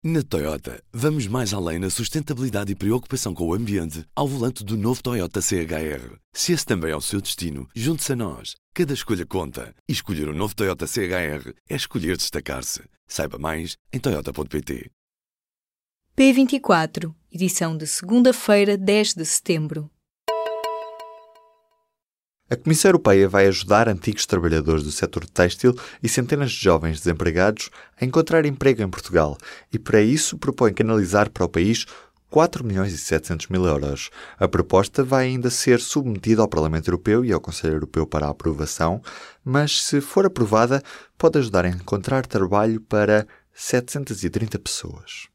Na Toyota, vamos mais além na sustentabilidade e preocupação com o ambiente ao volante do novo Toyota CHR. Se esse também é o seu destino, junte-se a nós. Cada escolha conta. E escolher o novo Toyota CHR é escolher destacar-se. Saiba mais em toyota.pt. P24, edição de segunda-feira, 10 de setembro. A Comissão Europeia vai ajudar antigos trabalhadores do setor têxtil e centenas de jovens desempregados a encontrar emprego em Portugal e, para isso, propõe canalizar para o país 4.700.000 euros. A proposta vai ainda ser submetida ao Parlamento Europeu e ao Conselho Europeu para a aprovação, mas, se for aprovada, pode ajudar a encontrar trabalho para 730 pessoas.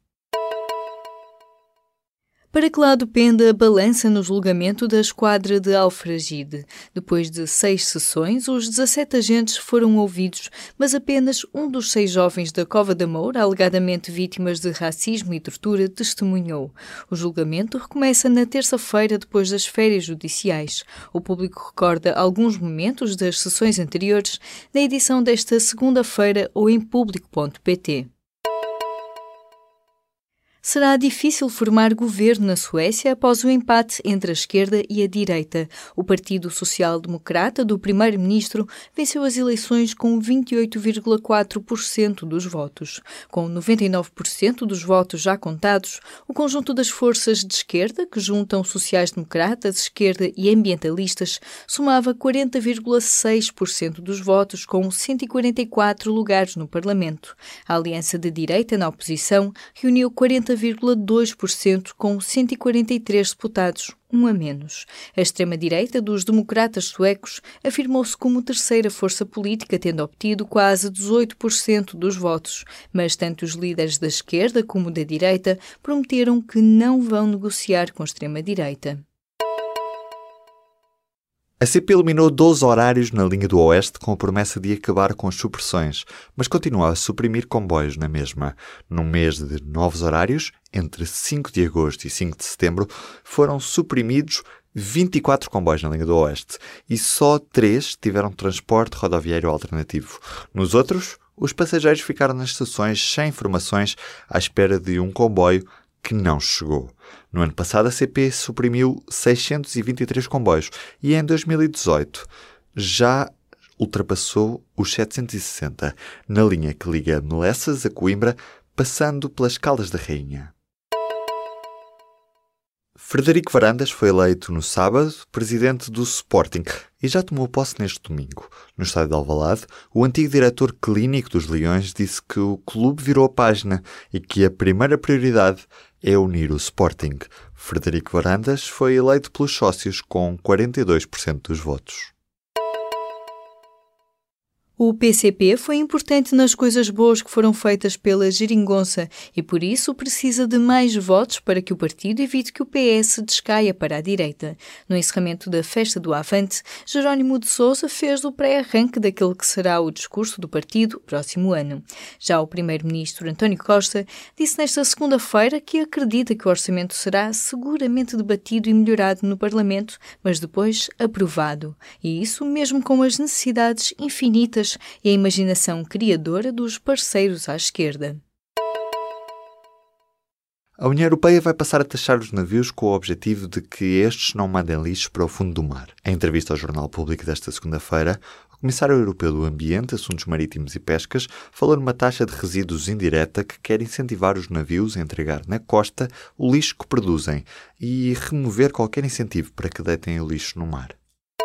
Para que lado pende a balança no julgamento da esquadra de Alfragide? Depois de 6 sessões, os 17 agentes foram ouvidos, mas apenas um dos 6 jovens da Cova da Moura, alegadamente vítimas de racismo e tortura, testemunhou. O julgamento recomeça na terça-feira, depois das férias judiciais. O público recorda alguns momentos das sessões anteriores na edição desta segunda-feira ou em público.pt. Será difícil formar governo na Suécia após o empate entre a esquerda e a direita. O Partido Social Democrata do primeiro-ministro venceu as eleições com 28,4% dos votos. Com 99% dos votos já contados, o conjunto das forças de esquerda, que juntam sociais-democratas, esquerda e ambientalistas, somava 40,6% dos votos, com 144 lugares no Parlamento. A aliança de direita na oposição reuniu 40,2% com 143 deputados, um a menos. A extrema-direita dos democratas suecos afirmou-se como terceira força política, tendo obtido quase 18% dos votos, mas tanto os líderes da esquerda como da direita prometeram que não vão negociar com a extrema-direita. A CP eliminou 12 horários na linha do Oeste com a promessa de acabar com as supressões, mas continua a suprimir comboios na mesma. Num mês de novos horários, entre 5 de agosto e 5 de setembro, foram suprimidos 24 comboios na linha do Oeste e só 3 tiveram transporte rodoviário alternativo. Nos outros, os passageiros ficaram nas estações sem informações à espera de um comboio que não chegou. No ano passado, a CP suprimiu 623 comboios e em 2018 já ultrapassou os 760 na linha que liga Melessas a Coimbra, passando pelas Caldas da Rainha. Frederico Varandas foi eleito no sábado presidente do Sporting e já tomou posse neste domingo. No estádio de Alvalade, o antigo diretor clínico dos Leões disse que o clube virou a página e que a primeira prioridade é unir o Sporting. Frederico Varandas foi eleito pelos sócios com 42% dos votos. O PCP foi importante nas coisas boas que foram feitas pela Geringonça e, por isso, precisa de mais votos para que o partido evite que o PS descaia para a direita. No encerramento da Festa do Avante, Jerónimo de Sousa fez o pré-arranque daquele que será o discurso do partido próximo ano. Já o primeiro-ministro António Costa disse nesta segunda-feira que acredita que o orçamento será seguramente debatido e melhorado no Parlamento, mas depois aprovado. E isso mesmo com as necessidades infinitas e a imaginação criadora dos parceiros à esquerda. A União Europeia vai passar a taxar os navios com o objetivo de que estes não mandem lixo para o fundo do mar. Em entrevista ao Jornal Público desta segunda-feira, o Comissário Europeu do Ambiente, Assuntos Marítimos e Pescas falou numa taxa de resíduos indireta que quer incentivar os navios a entregar na costa o lixo que produzem e remover qualquer incentivo para que deitem o lixo no mar.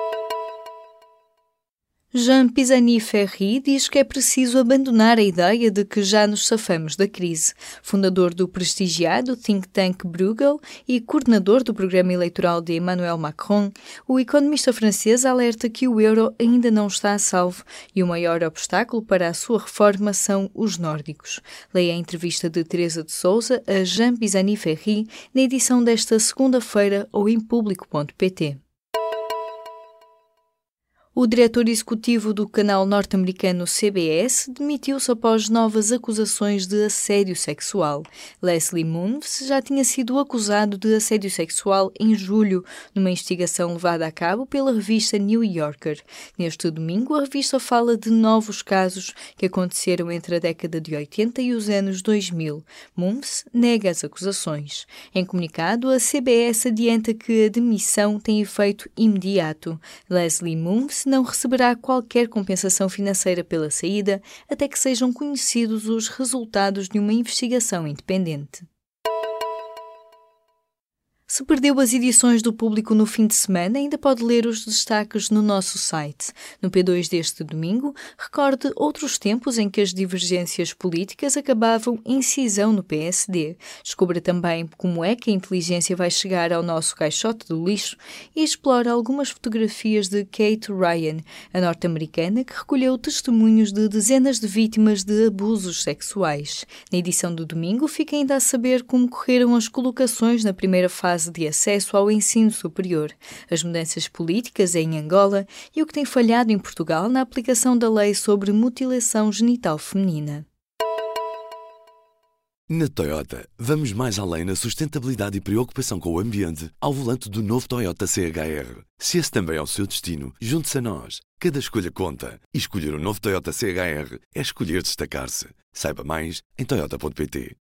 Jean Pisani-Ferry diz que é preciso abandonar a ideia de que já nos safamos da crise. Fundador do prestigiado think tank Bruegel e coordenador do programa eleitoral de Emmanuel Macron, o economista francês alerta que o euro ainda não está a salvo e o maior obstáculo para a sua reforma são os nórdicos. Leia a entrevista de Teresa de Sousa a Jean Pisani-Ferry na edição desta segunda-feira ou em público.pt. O diretor executivo do canal norte-americano CBS demitiu-se após novas acusações de assédio sexual. Leslie Moonves já tinha sido acusado de assédio sexual em julho, numa investigação levada a cabo pela revista New Yorker. Neste domingo, a revista fala de novos casos que aconteceram entre a década de 80 e os anos 2000. Moonves nega as acusações. Em comunicado, a CBS adianta que a demissão tem efeito imediato. Leslie Moonves não receberá qualquer compensação financeira pela saída até que sejam conhecidos os resultados de uma investigação independente. Se perdeu as edições do Público no fim de semana, ainda pode ler os destaques no nosso site. No P2 deste domingo, recorde outros tempos em que as divergências políticas acabavam em cisão no PSD. Descubra também como é que a inteligência vai chegar ao nosso caixote do lixo e explora algumas fotografias de Kate Ryan, a norte-americana que recolheu testemunhos de dezenas de vítimas de abusos sexuais. Na edição do domingo, fica ainda a saber como correram as colocações na primeira fase de acesso ao ensino superior, as mudanças políticas em Angola e o que tem falhado em Portugal na aplicação da lei sobre mutilação genital feminina. Na Toyota, vamos mais além na sustentabilidade e preocupação com o ambiente ao volante do novo Toyota CHR. Se esse também é o seu destino, junte-se a nós. Cada escolha conta. E escolher o novo Toyota CHR é escolher destacar-se. Saiba mais em toyota.pt.